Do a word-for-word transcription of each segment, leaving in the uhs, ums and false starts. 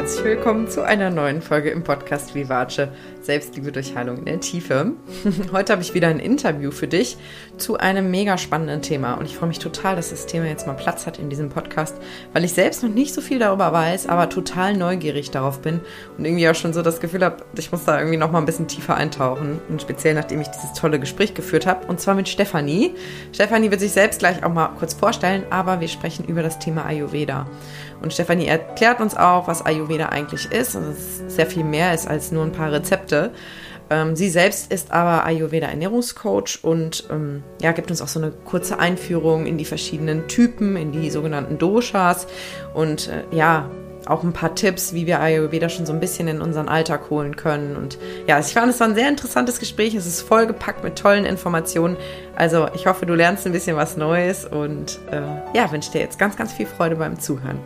herzlich willkommen zu einer neuen Folge im Podcast Vivace, Selbstliebe durch Heilung in der Tiefe. Heute habe ich wieder ein Interview für dich zu einem mega spannenden Thema und ich freue mich total, dass das Thema jetzt mal Platz hat in diesem Podcast, weil ich selbst noch nicht so viel darüber weiß, aber total neugierig darauf bin und irgendwie auch schon so das Gefühl habe, ich muss da irgendwie noch mal ein bisschen tiefer eintauchen und speziell nachdem ich dieses tolle Gespräch geführt habe und zwar mit Stefanie. Stefanie wird sich selbst gleich auch mal kurz vorstellen, aber wir sprechen über das Thema Ayurveda. Und Stefanie erklärt uns auch, was Ayurveda eigentlich ist und dass es sehr viel mehr ist als nur ein paar Rezepte. Ähm, sie selbst ist aber Ayurveda-Ernährungscoach und ähm, ja, gibt uns auch so eine kurze Einführung in die verschiedenen Typen, in die sogenannten Doshas und äh, ja, auch ein paar Tipps, wie wir Ayurveda schon so ein bisschen in unseren Alltag holen können. Und ja, ich fand, es war ein sehr interessantes Gespräch. Es ist vollgepackt mit tollen Informationen. Also ich hoffe, du lernst ein bisschen was Neues und äh, ja, wünsche dir jetzt ganz, ganz viel Freude beim Zuhören.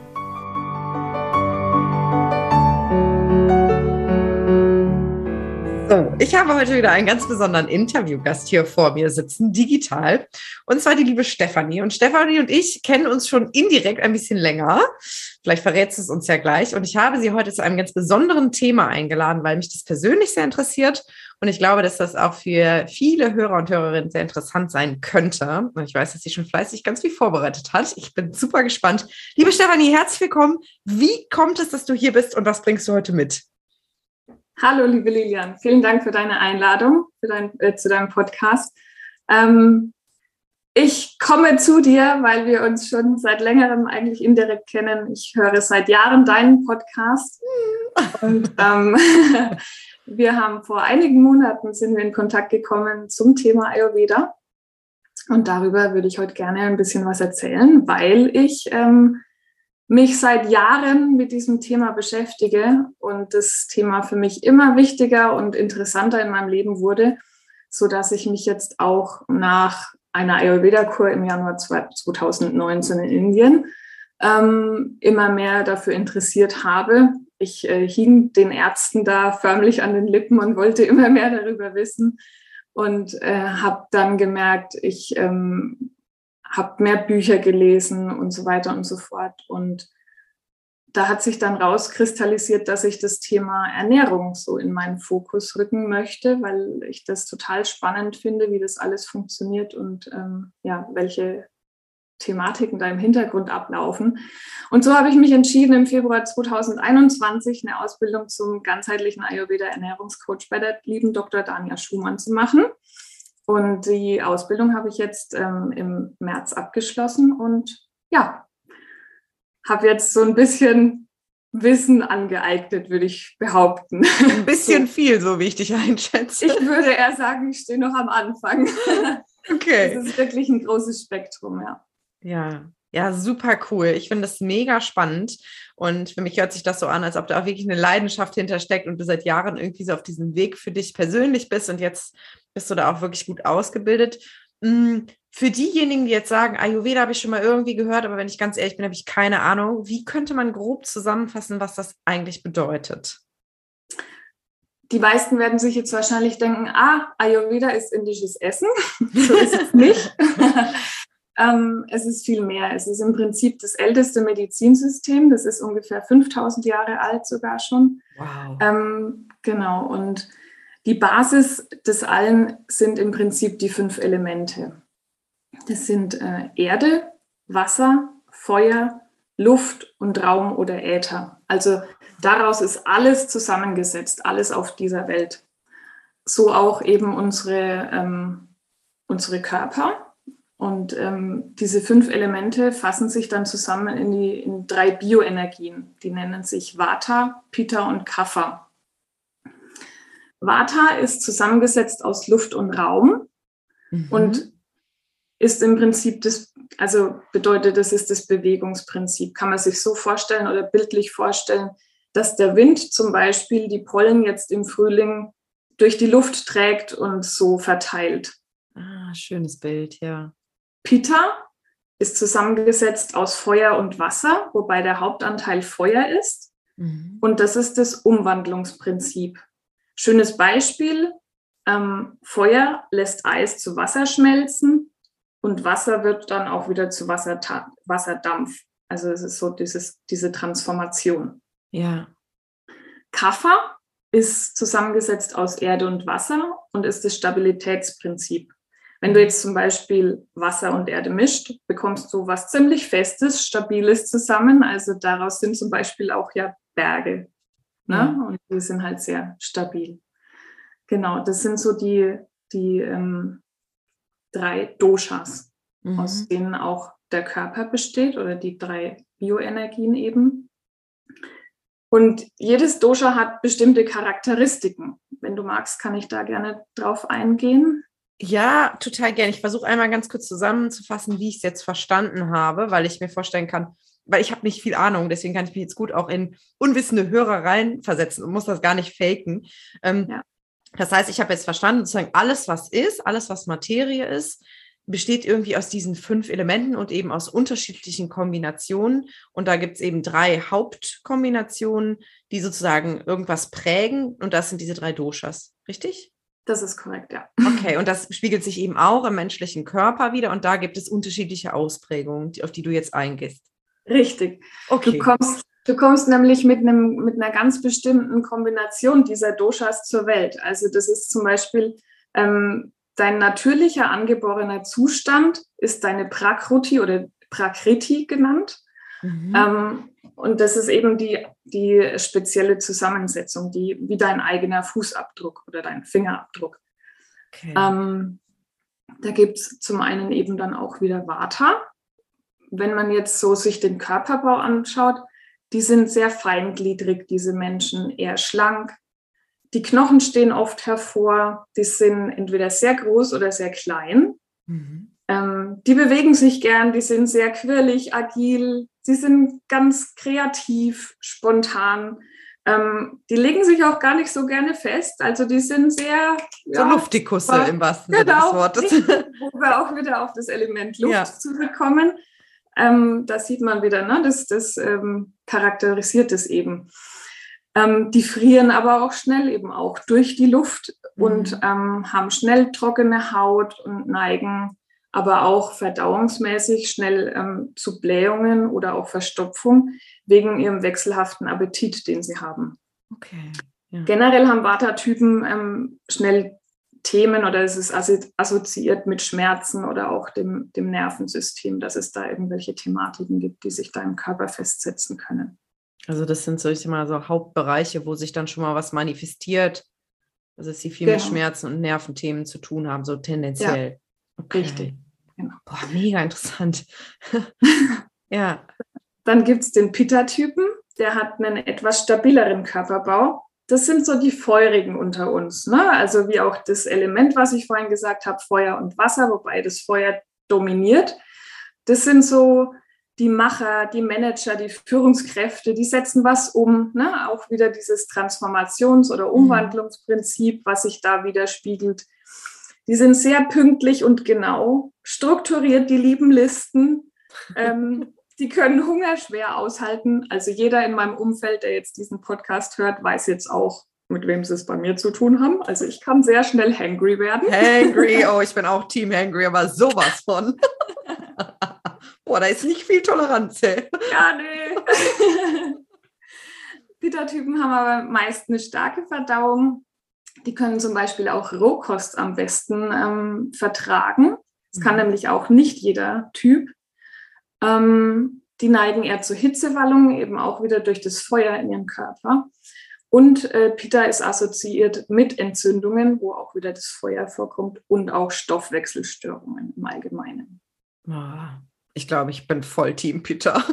So, ich habe heute wieder einen ganz besonderen Interviewgast hier vor mir sitzen, digital. Und zwar die liebe Stefanie. Und Stefanie und ich kennen uns schon indirekt ein bisschen länger. Vielleicht verrätst du es uns ja gleich. Und ich habe sie heute zu einem ganz besonderen Thema eingeladen, weil mich das persönlich sehr interessiert. Und ich glaube, dass das auch für viele Hörer und Hörerinnen sehr interessant sein könnte. Und ich weiß, dass sie schon fleißig ganz viel vorbereitet hat. Ich bin super gespannt. Liebe Stefanie, herzlich willkommen. Wie kommt es, dass du hier bist und was bringst du heute mit? Hallo, liebe Lilian. Vielen Dank für deine Einladung für dein, äh, zu deinem Podcast. Ähm, ich komme zu dir, weil wir uns schon seit längerem eigentlich indirekt kennen. Ich höre seit Jahren deinen Podcast. Und ähm, wir haben vor einigen Monaten sind wir in Kontakt gekommen zum Thema Ayurveda. Und darüber würde ich heute gerne ein bisschen was erzählen, weil ich ähm, mich seit Jahren mit diesem Thema beschäftige und das Thema für mich immer wichtiger und interessanter in meinem Leben wurde, sodass ich mich jetzt auch nach einer Ayurveda-Kur im Januar zweitausendneunzehn in Indien ähm, immer mehr dafür interessiert habe. Ich äh, hing den Ärzten da förmlich an den Lippen und wollte immer mehr darüber wissen und äh, habe dann gemerkt, ich ähm, habe mehr Bücher gelesen und so weiter und so fort. Und da hat sich dann rauskristallisiert, dass ich das Thema Ernährung so in meinen Fokus rücken möchte, weil ich das total spannend finde, wie das alles funktioniert und ähm, ja, welche Thematiken da im Hintergrund ablaufen. Und so habe ich mich entschieden, im Februar zweitausendeinundzwanzig eine Ausbildung zum ganzheitlichen Ayurveda-Ernährungscoach bei der lieben Doktor Dania Schumann zu machen. Und die Ausbildung habe ich jetzt ähm, im März abgeschlossen und ja, habe jetzt so ein bisschen Wissen angeeignet, würde ich behaupten. Ein bisschen so viel, so wie ich dich einschätze. Ich würde eher sagen, ich stehe noch am Anfang. Okay. Das ist wirklich ein großes Spektrum, ja. Ja, ja, super cool. Ich finde das mega spannend und für mich hört sich das so an, als ob da auch wirklich eine Leidenschaft hintersteckt und du seit Jahren irgendwie so auf diesem Weg für dich persönlich bist und jetzt bist du da auch wirklich gut ausgebildet. Für diejenigen, die jetzt sagen, Ayurveda habe ich schon mal irgendwie gehört, aber wenn ich ganz ehrlich bin, habe ich keine Ahnung. Wie könnte man grob zusammenfassen, was das eigentlich bedeutet? Die meisten werden sich jetzt wahrscheinlich denken, ah, Ayurveda ist indisches Essen. So ist es nicht. ähm, es ist viel mehr. Es ist im Prinzip das älteste Medizinsystem. Das ist ungefähr fünftausend Jahre alt sogar schon. Wow. Ähm, genau. Und die Basis des Allen sind im Prinzip die fünf Elemente. Das sind äh, Erde, Wasser, Feuer, Luft und Raum oder Äther. Also daraus ist alles zusammengesetzt, alles auf dieser Welt. So auch eben unsere, ähm, unsere Körper. Und ähm, diese fünf Elemente fassen sich dann zusammen in, die, in drei Bioenergien. Die nennen sich Vata, Pitta und Kapha. Vata ist zusammengesetzt aus Luft und Raum mhm. und ist im Prinzip das, also bedeutet, das ist das Bewegungsprinzip. Kann man sich so vorstellen oder bildlich vorstellen, dass der Wind zum Beispiel die Pollen jetzt im Frühling durch die Luft trägt und so verteilt. Ah, schönes Bild, ja. Pitta ist zusammengesetzt aus Feuer und Wasser, wobei der Hauptanteil Feuer ist. Mhm. Und das ist das Umwandlungsprinzip. Schönes Beispiel, ähm, Feuer lässt Eis zu Wasser schmelzen und Wasser wird dann auch wieder zu Wasserta- Wasserdampf. Also es ist so dieses, diese Transformation. Ja. Kapha ist zusammengesetzt aus Erde und Wasser und ist das Stabilitätsprinzip. Wenn du jetzt zum Beispiel Wasser und Erde mischt, bekommst du was ziemlich Festes, Stabiles zusammen. Also daraus sind zum Beispiel auch ja Berge. Ne? Ja. Und die sind halt sehr stabil. Genau, das sind so die, die ähm, drei Doshas, mhm. aus denen auch der Körper besteht oder die drei Bioenergien eben. Und jedes Dosha hat bestimmte Charakteristiken. Wenn du magst, kann ich da gerne drauf eingehen. Ja, total gerne. Ich versuche einmal ganz kurz zusammenzufassen, wie ich es jetzt verstanden habe, weil ich mir vorstellen kann, weil ich habe nicht viel Ahnung, deswegen kann ich mich jetzt gut auch in unwissende Hörer reinversetzen und muss das gar nicht faken. Ähm, ja. Das heißt, ich habe jetzt verstanden, sozusagen alles, was ist, alles, was Materie ist, besteht irgendwie aus diesen fünf Elementen und eben aus unterschiedlichen Kombinationen. Und da gibt es eben drei Hauptkombinationen, die sozusagen irgendwas prägen. Und das sind diese drei Doshas, richtig? Das ist korrekt, ja. Okay, und das spiegelt sich eben auch im menschlichen Körper wieder. Und da gibt es unterschiedliche Ausprägungen, auf die du jetzt eingehst. Richtig. Okay. Du kommst, du kommst nämlich mit, einem, mit einer ganz bestimmten Kombination dieser Doshas zur Welt. Also das ist zum Beispiel ähm, dein natürlicher angeborener Zustand ist deine Prakruti oder Prakriti genannt. Mhm. Ähm, und das ist eben die, die spezielle Zusammensetzung, die wie dein eigener Fußabdruck oder dein Fingerabdruck. Okay. Ähm, da gibt es zum einen eben dann auch wieder Vata. Wenn man jetzt so sich den Körperbau anschaut, die sind sehr feingliedrig, diese Menschen, eher schlank. Die Knochen stehen oft hervor, die sind entweder sehr groß oder sehr klein. Mhm. Ähm, die bewegen sich gern, die sind sehr quirlig, agil, sie sind ganz kreativ, spontan. Ähm, die legen sich auch gar nicht so gerne fest, also die sind sehr... So ja, Luftikusse im wahrsten Sinne genau, des Wortes. Wo wir auch wieder auf das Element Luft ja. zurückkommen. Ähm, da sieht man wieder, ne, das, das ähm, charakterisiert es eben. Ähm, die frieren aber auch schnell eben auch durch die Luft mhm. und ähm, haben schnell trockene Haut und neigen aber auch verdauungsmäßig schnell ähm, zu Blähungen oder auch Verstopfung wegen ihrem wechselhaften Appetit, den sie haben. Okay. Ja. Generell haben Vata-Typen ähm, schnell Themen oder es ist assoziiert mit Schmerzen oder auch dem, dem Nervensystem, dass es da irgendwelche Thematiken gibt, die sich da im Körper festsetzen können. Also das sind so, ich sag mal, so Hauptbereiche, wo sich dann schon mal was manifestiert, also dass sie viel genau. mit Schmerzen und Nerventhemen zu tun haben, so tendenziell. Ja, okay. Richtig. Genau. Boah, mega interessant. Ja. Dann gibt es den Pitta-Typen, der hat einen etwas stabileren Körperbau. Das sind so die Feurigen unter uns, ne? Also wie auch das Element, was ich vorhin gesagt habe, Feuer und Wasser, wobei das Feuer dominiert. Das sind so die Macher, die Manager, die Führungskräfte, die setzen was um, ne? Auch wieder dieses Transformations- oder Umwandlungsprinzip, was sich da widerspiegelt. Die sind sehr pünktlich und genau, strukturiert, die lieben Listen. Ähm, die können Hunger schwer aushalten. Also jeder in meinem Umfeld, der jetzt diesen Podcast hört, weiß jetzt auch, mit wem sie es bei mir zu tun haben. Also ich kann sehr schnell hangry werden. Hangry, oh, ich bin auch Team Hangry, aber sowas von. Boah, da ist nicht viel Toleranz, ey. Ja, nee. Pitta-Typen haben aber meist eine starke Verdauung. Die können zum Beispiel auch Rohkost am besten ähm, vertragen. Das kann mhm. nämlich auch nicht jeder Typ. Ähm, die neigen eher zu Hitzewallungen, eben auch wieder durch das Feuer in ihrem Körper. Und äh, Pitta ist assoziiert mit Entzündungen, wo auch wieder das Feuer vorkommt und auch Stoffwechselstörungen im Allgemeinen. Ich glaube, ich bin voll Team Pitta.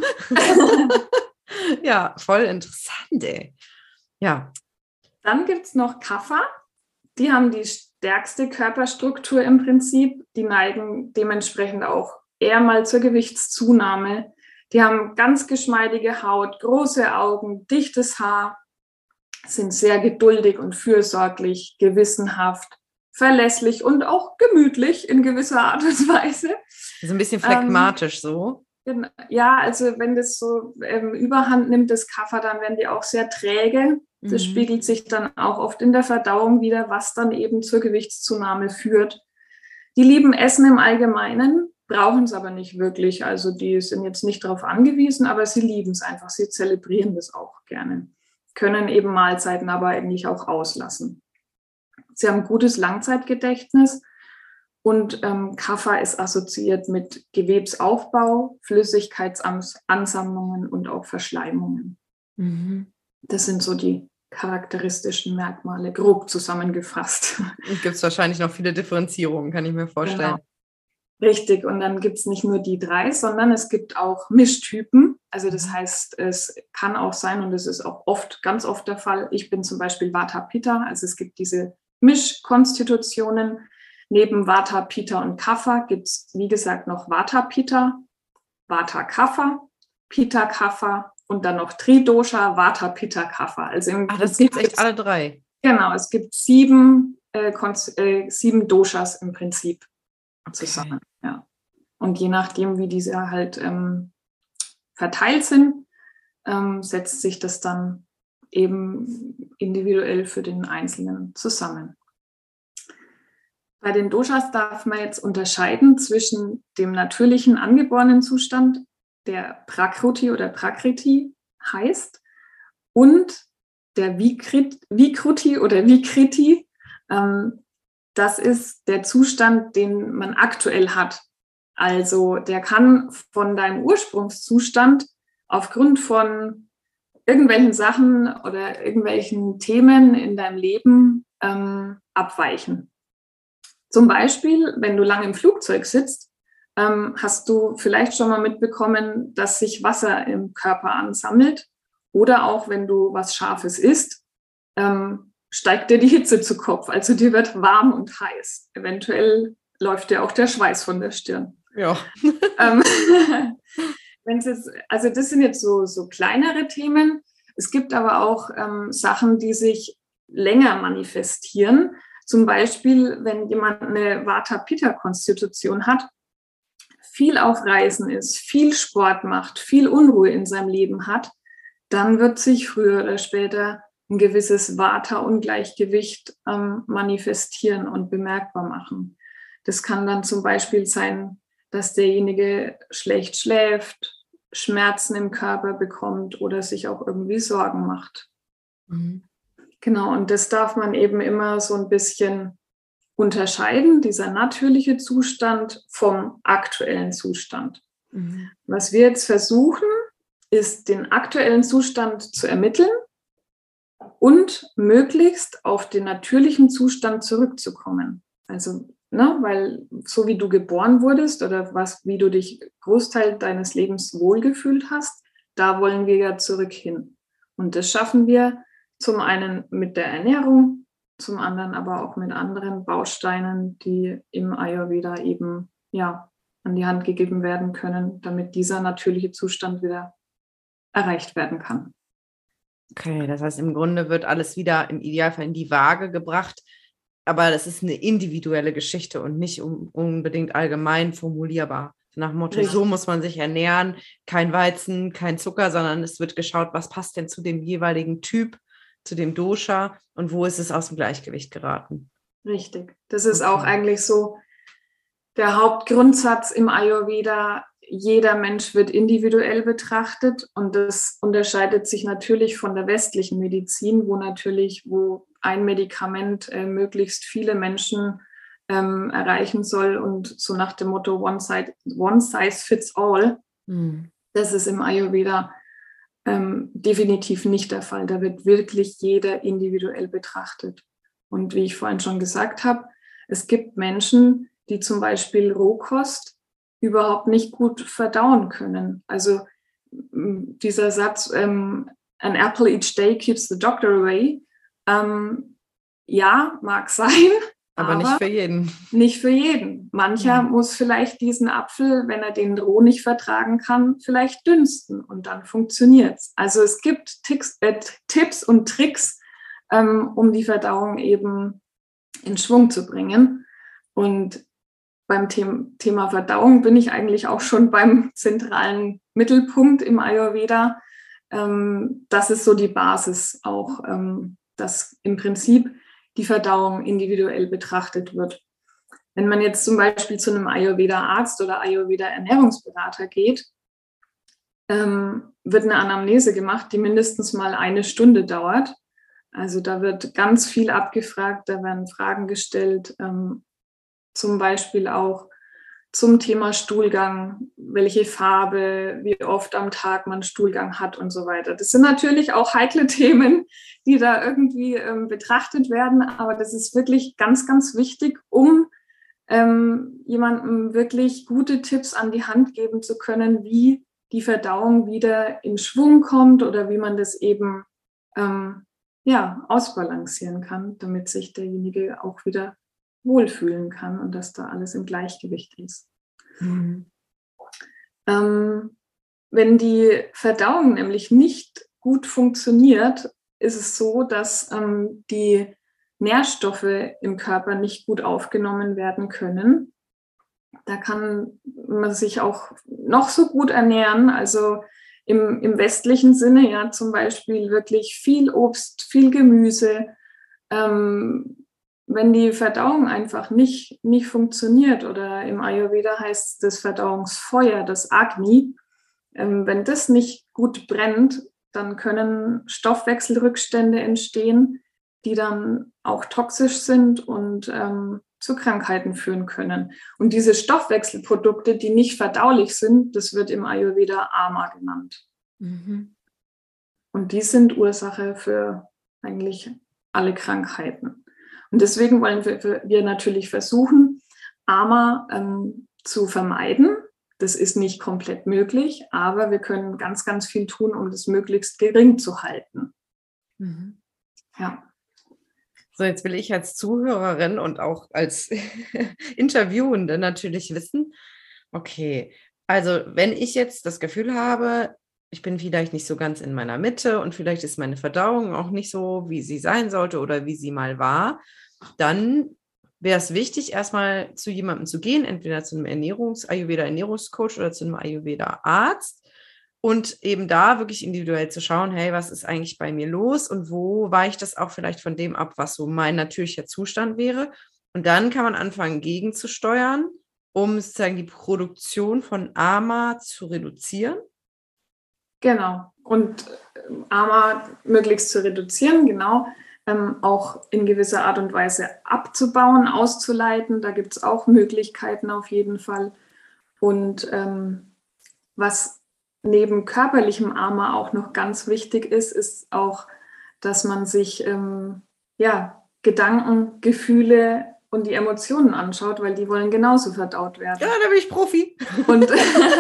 Ja, voll interessant, ey. Ja. Dann gibt es noch Kapha. Die haben die stärkste Körperstruktur im Prinzip. Die neigen dementsprechend auch eher mal zur Gewichtszunahme. Die haben ganz geschmeidige Haut, große Augen, dichtes Haar, sind sehr geduldig und fürsorglich, gewissenhaft, verlässlich und auch gemütlich in gewisser Art und Weise. Also ein bisschen phlegmatisch ähm, so. Ja, also wenn das so ähm, überhand nimmt, das Kapha, dann werden die auch sehr träge. Das mhm. spiegelt sich dann auch oft in der Verdauung wieder, was dann eben zur Gewichtszunahme führt. Die lieben Essen im Allgemeinen, brauchen es aber nicht wirklich. Also die sind jetzt nicht darauf angewiesen, aber sie lieben es einfach. Sie zelebrieren das auch gerne. können eben Mahlzeiten aber eigentlich auch auslassen. Sie haben gutes Langzeitgedächtnis und ähm, Kapha ist assoziiert mit Gewebsaufbau, Flüssigkeitsansammlungen und auch Verschleimungen. Mhm. Das sind so die charakteristischen Merkmale, grob zusammengefasst. Gibt es wahrscheinlich noch viele Differenzierungen, kann ich mir vorstellen. Genau. Richtig, und dann gibt es nicht nur die drei, sondern es gibt auch Mischtypen. Also das heißt, es kann auch sein, und es ist auch oft, ganz oft der Fall, ich bin zum Beispiel Vata Pitta, also es gibt diese Mischkonstitutionen. Neben Vata, Pitta und Kapha gibt es, wie gesagt, noch Vata Pitta, Vata Kapha, Pitta Kapha und dann noch Tridosha, Vata Pitta Kapha. Also im Ach, das gibt es echt alle drei. Genau, es gibt sieben, äh, äh, sieben Doshas im Prinzip zusammen. Okay. Ja. Und je nachdem, wie diese halt ähm, verteilt sind, ähm, setzt sich das dann eben individuell für den Einzelnen zusammen. Bei den Doshas darf man jetzt unterscheiden zwischen dem natürlichen angeborenen Zustand, der Prakruti oder Prakriti heißt, und der Vikrit, Vikruti oder Vikriti. Ähm, das ist der Zustand, den man aktuell hat. Also der kann von deinem Ursprungszustand aufgrund von irgendwelchen Sachen oder irgendwelchen Themen in deinem Leben ähm, abweichen. Zum Beispiel, wenn du lange im Flugzeug sitzt, ähm, hast du vielleicht schon mal mitbekommen, dass sich Wasser im Körper ansammelt. Oder auch, wenn du was Scharfes isst, ähm, steigt dir die Hitze zu Kopf. Also dir wird warm und heiß. Eventuell läuft dir auch der Schweiß von der Stirn. Ja. ähm, wenn's jetzt, also das sind jetzt so, so kleinere Themen. Es gibt aber auch ähm, Sachen, die sich länger manifestieren. Zum Beispiel, wenn jemand eine Vata-Pitta-Konstitution hat, viel auf Reisen ist, viel Sport macht, viel Unruhe in seinem Leben hat, dann wird sich früher oder später ein gewisses Vata-Ungleichgewicht ähm, manifestieren und bemerkbar machen. Das kann dann zum Beispiel sein, dass derjenige schlecht schläft, Schmerzen im Körper bekommt oder sich auch irgendwie Sorgen macht. Mhm. Genau, und das darf man eben immer so ein bisschen unterscheiden, dieser natürliche Zustand vom aktuellen Zustand. Mhm. Was wir jetzt versuchen, ist, den aktuellen Zustand zu ermitteln und möglichst auf den natürlichen Zustand zurückzukommen. Also, ne, weil so wie du geboren wurdest oder was, wie du dich Großteil deines Lebens wohlgefühlt hast, da wollen wir ja zurück hin. Und das schaffen wir zum einen mit der Ernährung, zum anderen aber auch mit anderen Bausteinen, die im Ayurveda eben ja an die Hand gegeben werden können, damit dieser natürliche Zustand wieder erreicht werden kann. Okay, das heißt, im Grunde wird alles wieder im Idealfall in die Waage gebracht, aber das ist eine individuelle Geschichte und nicht um, unbedingt allgemein formulierbar. Nach dem Motto, Richtig. So muss man sich ernähren, kein Weizen, kein Zucker, sondern es wird geschaut, was passt denn zu dem jeweiligen Typ, zu dem Dosha und wo ist es aus dem Gleichgewicht geraten. Richtig. Das ist okay. Auch eigentlich so der Hauptgrundsatz im Ayurveda. Jeder Mensch wird individuell betrachtet und das unterscheidet sich natürlich von der westlichen Medizin, wo natürlich, wo ein Medikament äh, möglichst viele Menschen ähm, erreichen soll und so nach dem Motto One size, one size fits all. Mhm. Das ist im Ayurveda ähm, definitiv nicht der Fall. Da wird wirklich jeder individuell betrachtet. Und wie ich vorhin schon gesagt habe, es gibt Menschen, die zum Beispiel Rohkost überhaupt nicht gut verdauen können. Also dieser Satz, ähm, an apple each day keeps the doctor away, ähm, ja, mag sein, aber, aber nicht für jeden. Nicht für jeden. Mancher mhm. muss vielleicht diesen Apfel, wenn er den roh nicht vertragen kann, vielleicht dünsten und dann funktioniert's. Also es gibt Ticks, äh, Tipps und Tricks, ähm, um die Verdauung eben in Schwung zu bringen. Und beim Thema Verdauung bin ich eigentlich auch schon beim zentralen Mittelpunkt im Ayurveda. Ähm, das ist so die Basis auch, ähm, dass im Prinzip die Verdauung individuell betrachtet wird. Wenn man jetzt zum Beispiel zu einem Ayurveda-Arzt oder Ayurveda-Ernährungsberater geht, ähm, ähm, wird eine Anamnese gemacht, die mindestens mal eine Stunde dauert. Also da wird ganz viel abgefragt, da werden Fragen gestellt, ähm, zum Beispiel auch zum Thema Stuhlgang, welche Farbe, wie oft am Tag man Stuhlgang hat und so weiter. Das sind natürlich auch heikle Themen, die da irgendwie ähm, betrachtet werden, aber das ist wirklich ganz, ganz wichtig, um ähm, jemandem wirklich gute Tipps an die Hand geben zu können, wie die Verdauung wieder in Schwung kommt oder wie man das eben ähm, ja, ausbalancieren kann, damit sich derjenige auch wieder wohlfühlen kann und dass da alles im Gleichgewicht ist. Mhm. Ähm, wenn die Verdauung nämlich nicht gut funktioniert, ist es so, dass ähm, die Nährstoffe im Körper nicht gut aufgenommen werden können. Da kann man sich auch noch so gut ernähren, also im, im westlichen Sinne ja zum Beispiel wirklich viel Obst, viel Gemüse. Ähm, wenn die Verdauung einfach nicht, nicht funktioniert oder im Ayurveda heißt das Verdauungsfeuer, das Agni, ähm, wenn das nicht gut brennt, dann können Stoffwechselrückstände entstehen, die dann auch toxisch sind und ähm, zu Krankheiten führen können. Und diese Stoffwechselprodukte, die nicht verdaulich sind, das wird im Ayurveda Ama genannt. Mhm. Und die sind Ursache für eigentlich alle Krankheiten. Und deswegen wollen wir, wir natürlich versuchen, Ama ähm, zu vermeiden. Das ist nicht komplett möglich, aber wir können ganz, ganz viel tun, um das möglichst gering zu halten. Mhm. Ja. So, jetzt will ich als Zuhörerin und auch als Interviewende natürlich wissen, okay, also wenn ich jetzt das Gefühl habe, ich bin vielleicht nicht so ganz in meiner Mitte und vielleicht ist meine Verdauung auch nicht so, wie sie sein sollte oder wie sie mal war, dann wäre es wichtig, erstmal zu jemandem zu gehen, entweder zu einem Ernährungs-, Ayurveda-Ernährungscoach oder zu einem Ayurveda-Arzt und eben da wirklich individuell zu schauen, hey, was ist eigentlich bei mir los und wo weicht das auch vielleicht von dem ab, was so mein natürlicher Zustand wäre. Und dann kann man anfangen, gegenzusteuern, um sozusagen die Produktion von Ama zu reduzieren. Genau. Und ähm, Ama möglichst zu reduzieren, genau. Ähm, auch in gewisser Art und Weise abzubauen, auszuleiten. Da gibt es auch Möglichkeiten auf jeden Fall. Und ähm, was neben körperlichem Ama auch noch ganz wichtig ist, ist auch, dass man sich ähm, ja, Gedanken, Gefühle und die Emotionen anschaut, weil die wollen genauso verdaut werden. Ja, da bin ich Profi. Und,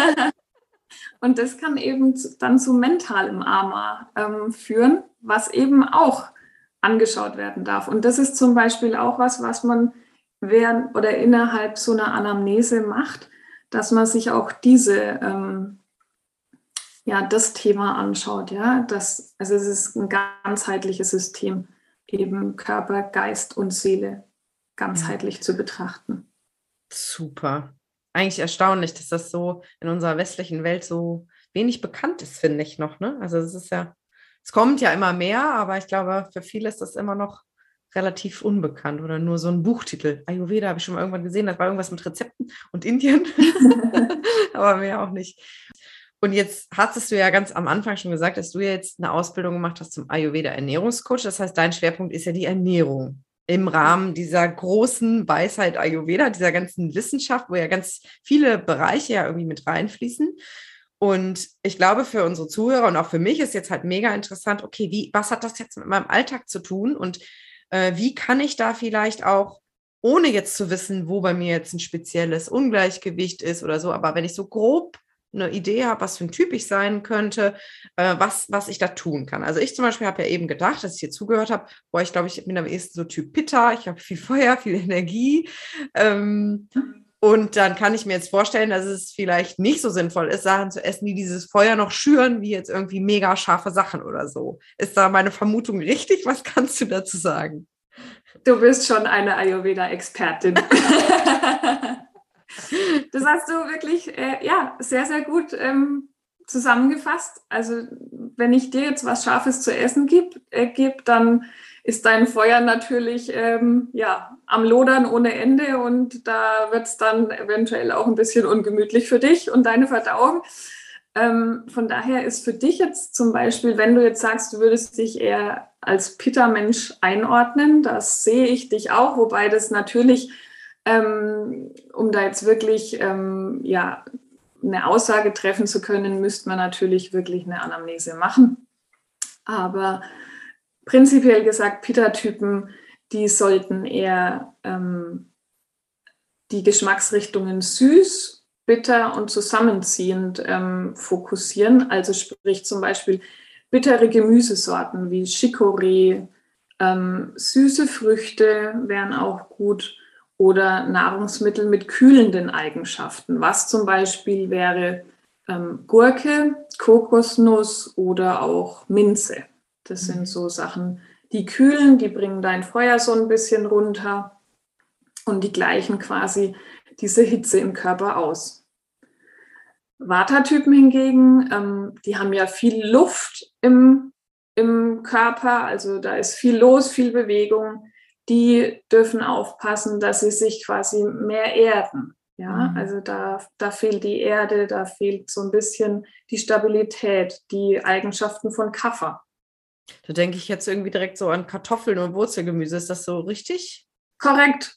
und das kann eben dann zu mentalem Ama ähm, führen, was eben auch angeschaut werden darf. Und das ist zum Beispiel auch was, was man während oder innerhalb so einer Anamnese macht, dass man sich auch diese ähm, ja, das Thema anschaut, ja, das, also es ist ein ganzheitliches System, eben Körper, Geist und Seele ganzheitlich ja. zu betrachten. Super. Eigentlich erstaunlich, dass das so in unserer westlichen Welt so wenig bekannt ist, finde ich noch, ne? Also es ist ja, es kommt ja immer mehr, aber ich glaube, für viele ist das immer noch relativ unbekannt oder nur so ein Buchtitel. Ayurveda habe ich schon mal irgendwann gesehen, das war irgendwas mit Rezepten und Indien, aber mehr auch nicht. Und jetzt hattest du ja ganz am Anfang schon gesagt, dass du jetzt eine Ausbildung gemacht hast zum Ayurveda-Ernährungscoach. Das heißt, dein Schwerpunkt ist ja die Ernährung im Rahmen dieser großen Weisheit Ayurveda, dieser ganzen Wissenschaft, wo ja ganz viele Bereiche ja irgendwie mit reinfließen. Und ich glaube, für unsere Zuhörer und auch für mich ist jetzt halt mega interessant, okay, wie, was hat das jetzt mit meinem Alltag zu tun? Und äh, wie kann ich da vielleicht auch, ohne jetzt zu wissen, wo bei mir jetzt ein spezielles Ungleichgewicht ist oder so, aber wenn ich so grob eine Idee habe, was für ein Typ ich sein könnte, äh, was, was ich da tun kann. Also ich zum Beispiel habe ja eben gedacht, dass ich hier zugehört habe, boah, ich glaube, ich bin am ehesten so Typ Pitta, ich habe viel Feuer, viel Energie. Ähm, und dann kann ich mir jetzt vorstellen, dass es vielleicht nicht so sinnvoll ist, Sachen zu essen, die dieses Feuer noch schüren, wie jetzt irgendwie mega scharfe Sachen oder so. Ist da meine Vermutung richtig? Was kannst du dazu sagen? Du bist schon eine Ayurveda-Expertin. Das hast du wirklich äh, ja, sehr, sehr gut ähm, zusammengefasst. Also wenn ich dir jetzt was Scharfes zu essen gebe, äh, geb, dann ist dein Feuer natürlich ähm, ja, am Lodern ohne Ende und da wird es dann eventuell auch ein bisschen ungemütlich für dich und deine Verdauung. Ähm, von daher ist für dich jetzt zum Beispiel, wenn du jetzt sagst, du würdest dich eher als Pitta-Mensch einordnen, das sehe ich dich auch, wobei das natürlich, ähm, um da jetzt wirklich ähm, ja, eine Aussage treffen zu können, müsste man natürlich wirklich eine Anamnese machen. Aber prinzipiell gesagt, Pitta-Typen, die sollten eher ähm, die Geschmacksrichtungen süß, bitter und zusammenziehend ähm, fokussieren. Also sprich zum Beispiel bittere Gemüsesorten wie Chicorée, ähm, süße Früchte wären auch gut oder Nahrungsmittel mit kühlenden Eigenschaften. Was zum Beispiel wäre ähm, Gurke, Kokosnuss oder auch Minze. Das sind so Sachen, die kühlen, die bringen dein Feuer so ein bisschen runter und die gleichen quasi diese Hitze im Körper aus. Vata-Typen hingegen, ähm, die haben ja viel Luft im, im Körper, also da ist viel los, viel Bewegung. Die dürfen aufpassen, dass sie sich quasi mehr erden. Ja, mhm. Also da, da fehlt die Erde, da fehlt so ein bisschen die Stabilität, die Eigenschaften von Kapha. Da denke ich jetzt irgendwie direkt so an Kartoffeln und Wurzelgemüse. Ist das so richtig? Korrekt.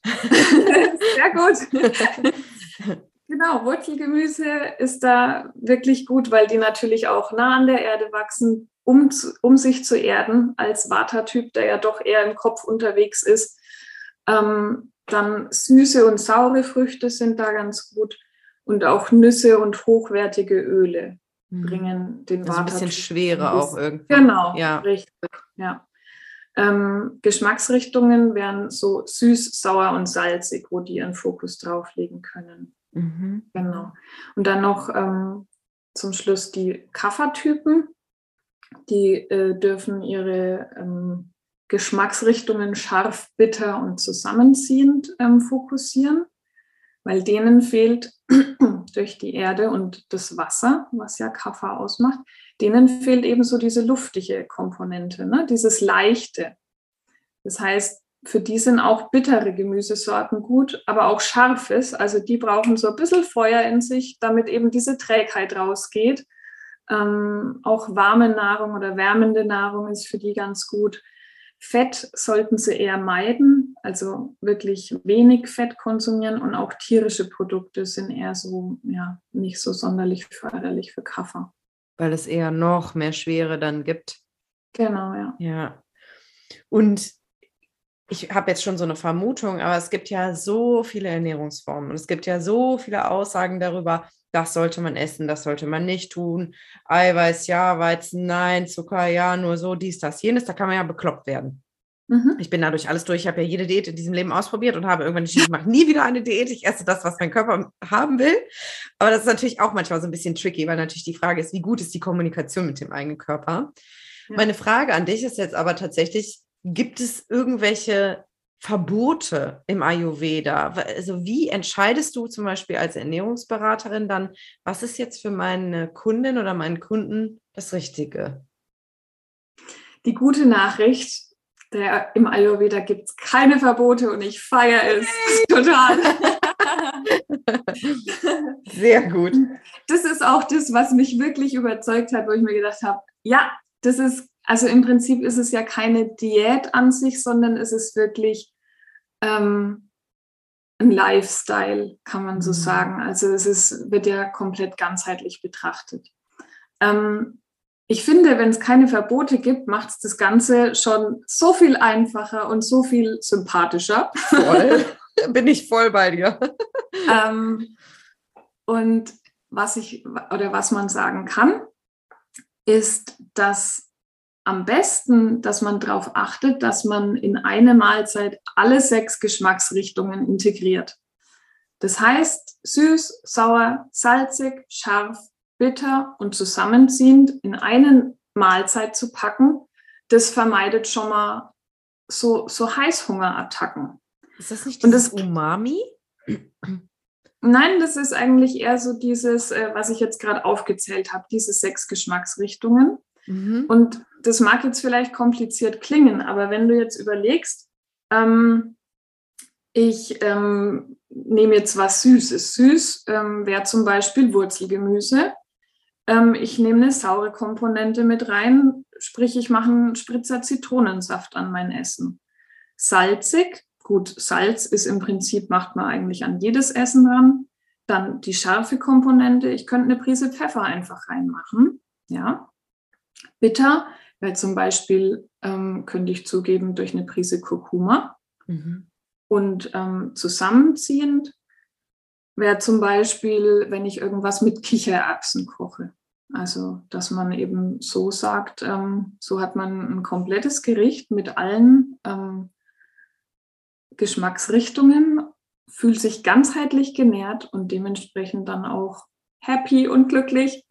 Sehr gut. Genau, Wurzelgemüse ist da wirklich gut, weil die natürlich auch nah an der Erde wachsen, um, um sich zu erden, als Vata-Typ, der ja doch eher im Kopf unterwegs ist. Ähm, dann süße und saure Früchte sind da ganz gut und auch Nüsse und hochwertige Öle mhm. bringen den Vata-Typ. Also ein bisschen Schwere auch irgendwie. Genau, ja. Richtig, ja. Ähm, Geschmacksrichtungen wären so süß, sauer und salzig, wo die ihren Fokus drauf legen können. Mhm. Genau. Und dann noch ähm, zum Schluss die Kapha-Typen. Die äh, dürfen ihre ähm, Geschmacksrichtungen scharf, bitter und zusammenziehend ähm, fokussieren, weil denen fehlt durch die Erde und das Wasser, was ja Kapha ausmacht, denen fehlt eben so diese luftige Komponente, ne? Dieses Leichte. Das heißt, für die sind auch bittere Gemüsesorten gut, aber auch scharfes. Also die brauchen so ein bisschen Feuer in sich, damit eben diese Trägheit rausgeht. Ähm, auch warme Nahrung oder wärmende Nahrung ist für die ganz gut. Fett sollten sie eher meiden, also wirklich wenig Fett konsumieren und auch tierische Produkte sind eher so, ja, nicht so sonderlich förderlich für Kapha. Weil es eher noch mehr Schwere dann gibt. Genau, ja. Ja. Und ich habe jetzt schon so eine Vermutung, aber es gibt ja so viele Ernährungsformen und es gibt ja so viele Aussagen darüber, das sollte man essen, das sollte man nicht tun. Eiweiß, ja, Weizen, nein, Zucker, ja, nur so, dies, das, jenes, da kann man ja bekloppt werden. Mhm. Ich bin dadurch alles durch, ich habe ja jede Diät in diesem Leben ausprobiert und habe irgendwann entschieden, ich mache nie wieder eine Diät, ich esse das, was mein Körper haben will. Aber das ist natürlich auch manchmal so ein bisschen tricky, weil natürlich die Frage ist, wie gut ist die Kommunikation mit dem eigenen Körper? Ja. Meine Frage an dich ist jetzt aber tatsächlich, gibt es irgendwelche Verbote im Ayurveda? Also wie entscheidest du zum Beispiel als Ernährungsberaterin dann, was ist jetzt für meine Kundin oder meinen Kunden das Richtige? Die gute Nachricht, der, im Ayurveda gibt es keine Verbote und ich feiere es total. Sehr gut. Das ist auch das, was mich wirklich überzeugt hat, wo ich mir gedacht habe, ja, das ist, also im Prinzip ist es ja keine Diät an sich, sondern es ist wirklich ähm, ein Lifestyle, kann man so mhm. sagen. Also es ist, wird ja komplett ganzheitlich betrachtet. Ähm, ich finde, wenn es keine Verbote gibt, macht es das Ganze schon so viel einfacher und so viel sympathischer. Voll. Bin ich voll bei dir. ähm, und was ich oder was man sagen kann, ist, dass am besten, dass man darauf achtet, dass man in eine Mahlzeit alle sechs Geschmacksrichtungen integriert. Das heißt, süß, sauer, salzig, scharf, bitter und zusammenziehend in eine Mahlzeit zu packen, das vermeidet schon mal so, so Heißhungerattacken. Ist das nicht dieses und das, Umami? Nein, das ist eigentlich eher so dieses, was ich jetzt gerade aufgezählt habe, diese sechs Geschmacksrichtungen. Mhm. Und das mag jetzt vielleicht kompliziert klingen, aber wenn du jetzt überlegst, ähm, ich ähm, nehme jetzt was Süßes. Süß ähm, wäre zum Beispiel Wurzelgemüse. ähm, ich nehme eine saure Komponente mit rein, sprich ich mache einen Spritzer Zitronensaft an mein Essen. Salzig, gut, Salz ist im Prinzip, macht man eigentlich an jedes Essen ran. Dann die scharfe Komponente, ich könnte eine Prise Pfeffer einfach reinmachen. Ja. Bitter, weil zum Beispiel ähm, könnte ich zugeben durch eine Prise Kurkuma. Mhm. Und ähm, zusammenziehend wäre zum Beispiel, wenn ich irgendwas mit Kichererbsen koche. Also, dass man eben so sagt, ähm, so hat man ein komplettes Gericht mit allen ähm, Geschmacksrichtungen, fühlt sich ganzheitlich genährt und dementsprechend dann auch happy und glücklich.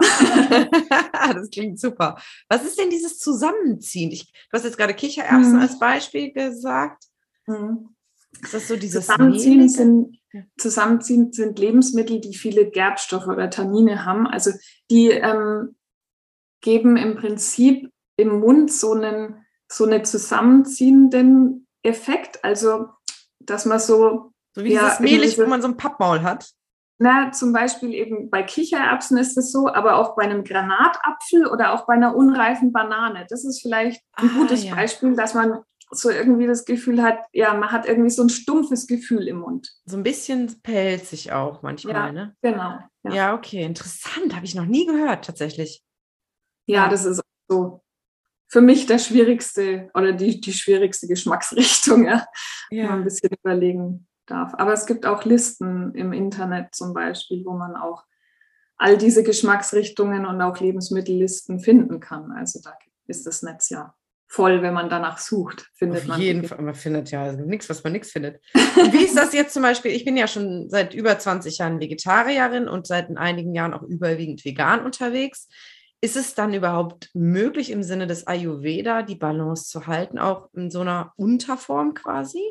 Das klingt super. Was ist denn dieses Zusammenziehen? Ich, du hast jetzt gerade Kichererbsen hm. als Beispiel gesagt. Hm. Ist das so dieses Zusammenziehen sind, Zusammenziehen sind Lebensmittel, die viele Gerbstoffe oder Tannine haben. Also die ähm, geben im Prinzip im Mund so einen, so einen zusammenziehenden Effekt. Also, dass man so... So wie ja, dieses Mehlig, wo man so ein Pappmaul hat. Na, zum Beispiel eben bei Kichererbsen ist es so, aber auch bei einem Granatapfel oder auch bei einer unreifen Banane. Das ist vielleicht ein ah, gutes ja. Beispiel, dass man so irgendwie das Gefühl hat, ja, man hat irgendwie so ein stumpfes Gefühl im Mund. So ein bisschen pelzig auch manchmal, ja, ne? Genau. Ja, ja, okay, interessant, habe ich noch nie gehört tatsächlich. Ja, ja. Das ist so für mich der schwierigste oder die, die schwierigste Geschmacksrichtung, ja. ja. Mal ein bisschen überlegen darf. Aber es gibt auch Listen im Internet zum Beispiel, wo man auch all diese Geschmacksrichtungen und auch Lebensmittellisten finden kann. Also da ist das Netz ja voll, wenn man danach sucht, findet Auf man. Auf jeden Fall, man findet ja nichts, was man nichts findet. Und wie ist das jetzt zum Beispiel? Ich bin ja schon seit über zwanzig Jahren Vegetarierin und seit einigen Jahren auch überwiegend vegan unterwegs. Ist es dann überhaupt möglich, im Sinne des Ayurveda die Balance zu halten, auch in so einer Unterform quasi?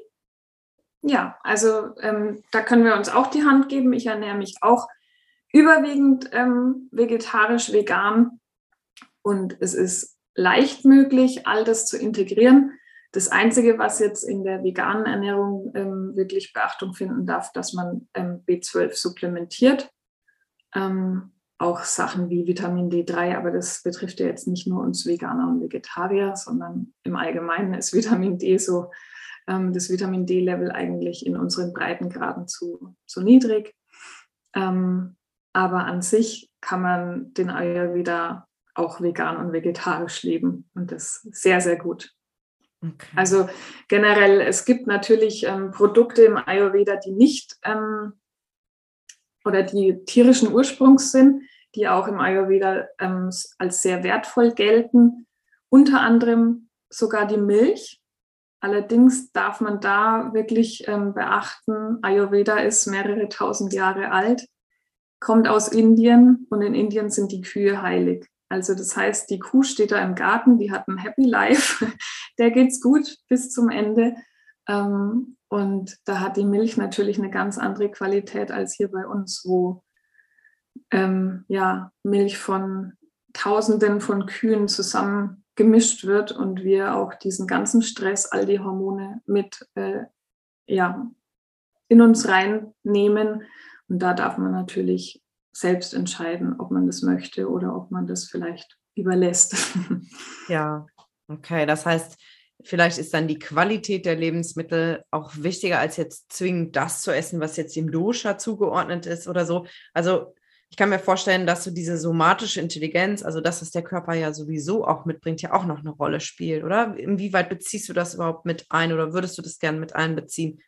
Ja, also ähm, da können wir uns auch die Hand geben. Ich ernähre mich auch überwiegend ähm, vegetarisch, vegan und es ist leicht möglich, all das zu integrieren. Das Einzige, was jetzt in der veganen Ernährung ähm, wirklich Beachtung finden darf, dass man ähm, B zwölf supplementiert. Ähm, auch Sachen wie Vitamin D drei, aber das betrifft ja jetzt nicht nur uns Veganer und Vegetarier, sondern im Allgemeinen ist Vitamin D so, ähm, das Vitamin D-Level eigentlich in unseren Breitengraden zu, zu niedrig. Ähm, aber an sich kann man den Ayurveda auch vegan und vegetarisch leben und das sehr, sehr gut. Okay. Also generell, es gibt natürlich ähm, Produkte im Ayurveda, die nicht ähm, oder die tierischen Ursprungs sind, die auch im Ayurveda ähm, als sehr wertvoll gelten. Unter anderem sogar die Milch. Allerdings darf man da wirklich ähm, beachten, Ayurveda ist mehrere tausend Jahre alt, kommt aus Indien und in Indien sind die Kühe heilig. Also das heißt, die Kuh steht da im Garten, die hat ein Happy Life, der geht's gut bis zum Ende. Ähm, und da hat die Milch natürlich eine ganz andere Qualität als hier bei uns, wo ähm, ja, Milch von Tausenden von Kühen zusammen gemischt wird und wir auch diesen ganzen Stress, all die Hormone mit äh, ja, in uns reinnehmen. Und da darf man natürlich selbst entscheiden, ob man das möchte oder ob man das vielleicht überlässt. Ja, okay. Das heißt, vielleicht ist dann die Qualität der Lebensmittel auch wichtiger, als jetzt zwingend das zu essen, was jetzt dem Dosha zugeordnet ist oder so. Also ich kann mir vorstellen, dass so diese somatische Intelligenz, also das, was der Körper ja sowieso auch mitbringt, ja auch noch eine Rolle spielt, oder? Inwieweit beziehst du das überhaupt mit ein oder würdest du das gerne mit einbeziehen?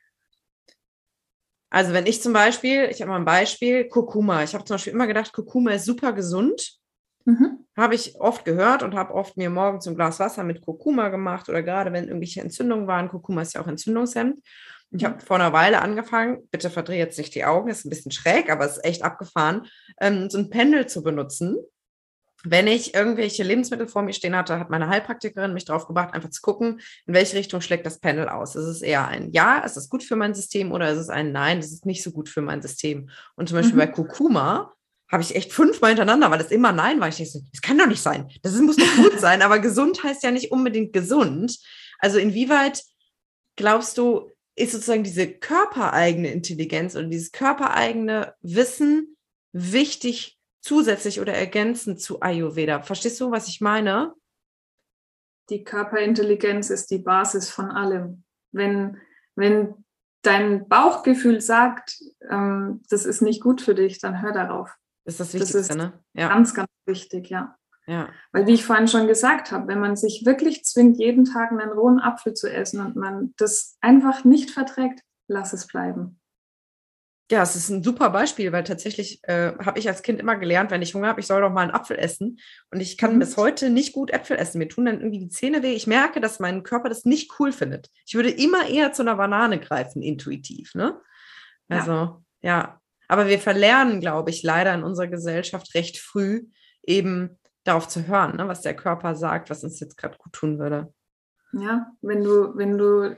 Also wenn ich zum Beispiel, ich habe mal ein Beispiel, Kurkuma. Ich habe zum Beispiel immer gedacht, Kurkuma ist super gesund. Mhm. Habe ich oft gehört und habe oft mir morgens ein Glas Wasser mit Kurkuma gemacht oder gerade wenn irgendwelche Entzündungen waren. Kurkuma ist ja auch entzündungshemmend. Und ich habe vor einer Weile angefangen, bitte verdreh jetzt nicht die Augen, ist ein bisschen schräg, aber es ist echt abgefahren, ähm, so ein Pendel zu benutzen. Wenn ich irgendwelche Lebensmittel vor mir stehen hatte, hat meine Heilpraktikerin mich drauf gebracht, einfach zu gucken, in welche Richtung schlägt das Pendel aus. Ist es eher ein Ja, ist es gut für mein System oder ist es ein Nein, das ist nicht so gut für mein System. Und zum Beispiel mhm. bei Kurkuma habe ich echt fünfmal hintereinander, weil das immer Nein war. Ich dachte, das kann doch nicht sein. Das muss doch gut sein, aber gesund heißt ja nicht unbedingt gesund. Also inwieweit glaubst du, ist sozusagen diese körpereigene Intelligenz oder dieses körpereigene Wissen wichtig zusätzlich oder ergänzend zu Ayurveda. Verstehst du, was ich meine? Die Körperintelligenz ist die Basis von allem. Wenn, wenn dein Bauchgefühl sagt, ähm, das ist nicht gut für dich, dann hör darauf. Das ist das Das Wichtigste, ist ne? Ja. ganz, ganz wichtig, ja. Ja. Weil, wie ich vorhin schon gesagt habe, wenn man sich wirklich zwingt, jeden Tag einen rohen Apfel zu essen und man das einfach nicht verträgt, lass es bleiben. Ja, es ist ein super Beispiel, weil tatsächlich äh, habe ich als Kind immer gelernt, wenn ich Hunger habe, ich soll doch mal einen Apfel essen. Und ich kann Mhm. bis heute nicht gut Äpfel essen. Mir tun dann irgendwie die Zähne weh. Ich merke, dass mein Körper das nicht cool findet. Ich würde immer eher zu einer Banane greifen, intuitiv, ne? Also, ja. ja. Aber wir verlernen, glaube ich, leider in unserer Gesellschaft recht früh eben darauf zu hören, ne, was der Körper sagt, was uns jetzt gerade gut tun würde. Ja, wenn du, wenn du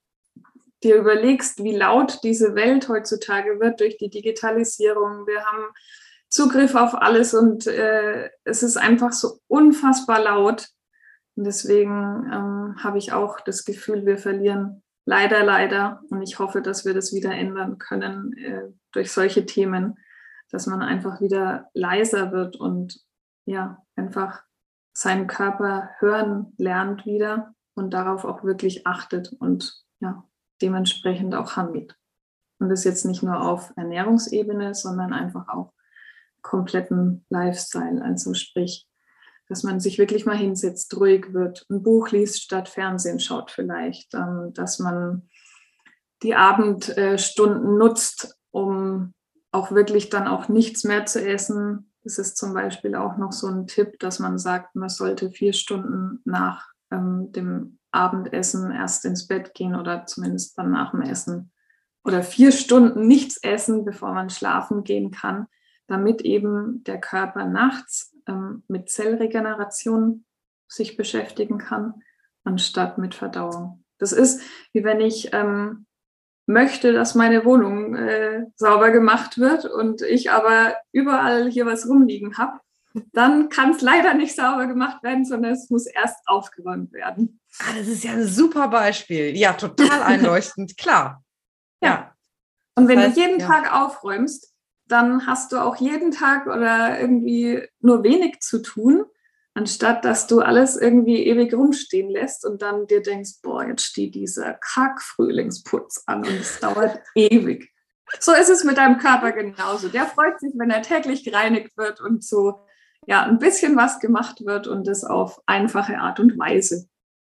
dir überlegst, wie laut diese Welt heutzutage wird durch die Digitalisierung. Wir haben Zugriff auf alles und äh, es ist einfach so unfassbar laut. Und deswegen ähm, habe ich auch das Gefühl, wir verlieren leider, leider. Und ich hoffe, dass wir das wieder ändern können äh, durch solche Themen, dass man einfach wieder leiser wird und ja, einfach seinen Körper hören lernt wieder und darauf auch wirklich achtet und ja, dementsprechend auch handelt. Und das jetzt nicht nur auf Ernährungsebene, sondern einfach auch kompletten Lifestyle. Also sprich, dass man sich wirklich mal hinsetzt, ruhig wird, ein Buch liest statt Fernsehen schaut vielleicht, dass man die Abendstunden nutzt, um auch wirklich dann auch nichts mehr zu essen. Das ist zum Beispiel auch noch so ein Tipp, dass man sagt, man sollte vier Stunden nach ähm, dem Abendessen erst ins Bett gehen oder zumindest dann nach dem Essen oder vier Stunden nichts essen, bevor man schlafen gehen kann, damit eben der Körper nachts ähm, mit Zellregeneration sich beschäftigen kann, anstatt mit Verdauung. Das ist, wie wenn ich ähm, möchte, dass meine Wohnung äh, sauber gemacht wird und ich aber überall hier was rumliegen habe, dann kann es leider nicht sauber gemacht werden, sondern es muss erst aufgeräumt werden. Ah, das ist ja ein super Beispiel. Ja, total einleuchtend, klar. Ja. Ja. Und wenn heißt, du jeden ja. Tag aufräumst, dann hast du auch jeden Tag oder irgendwie nur wenig zu tun, anstatt dass du alles irgendwie ewig rumstehen lässt und dann dir denkst, boah, jetzt steht dieser Kack-Frühlingsputz an und es dauert ewig. So ist es mit deinem Körper genauso. Der freut sich, wenn er täglich gereinigt wird und so ja, ein bisschen was gemacht wird und das auf einfache Art und Weise.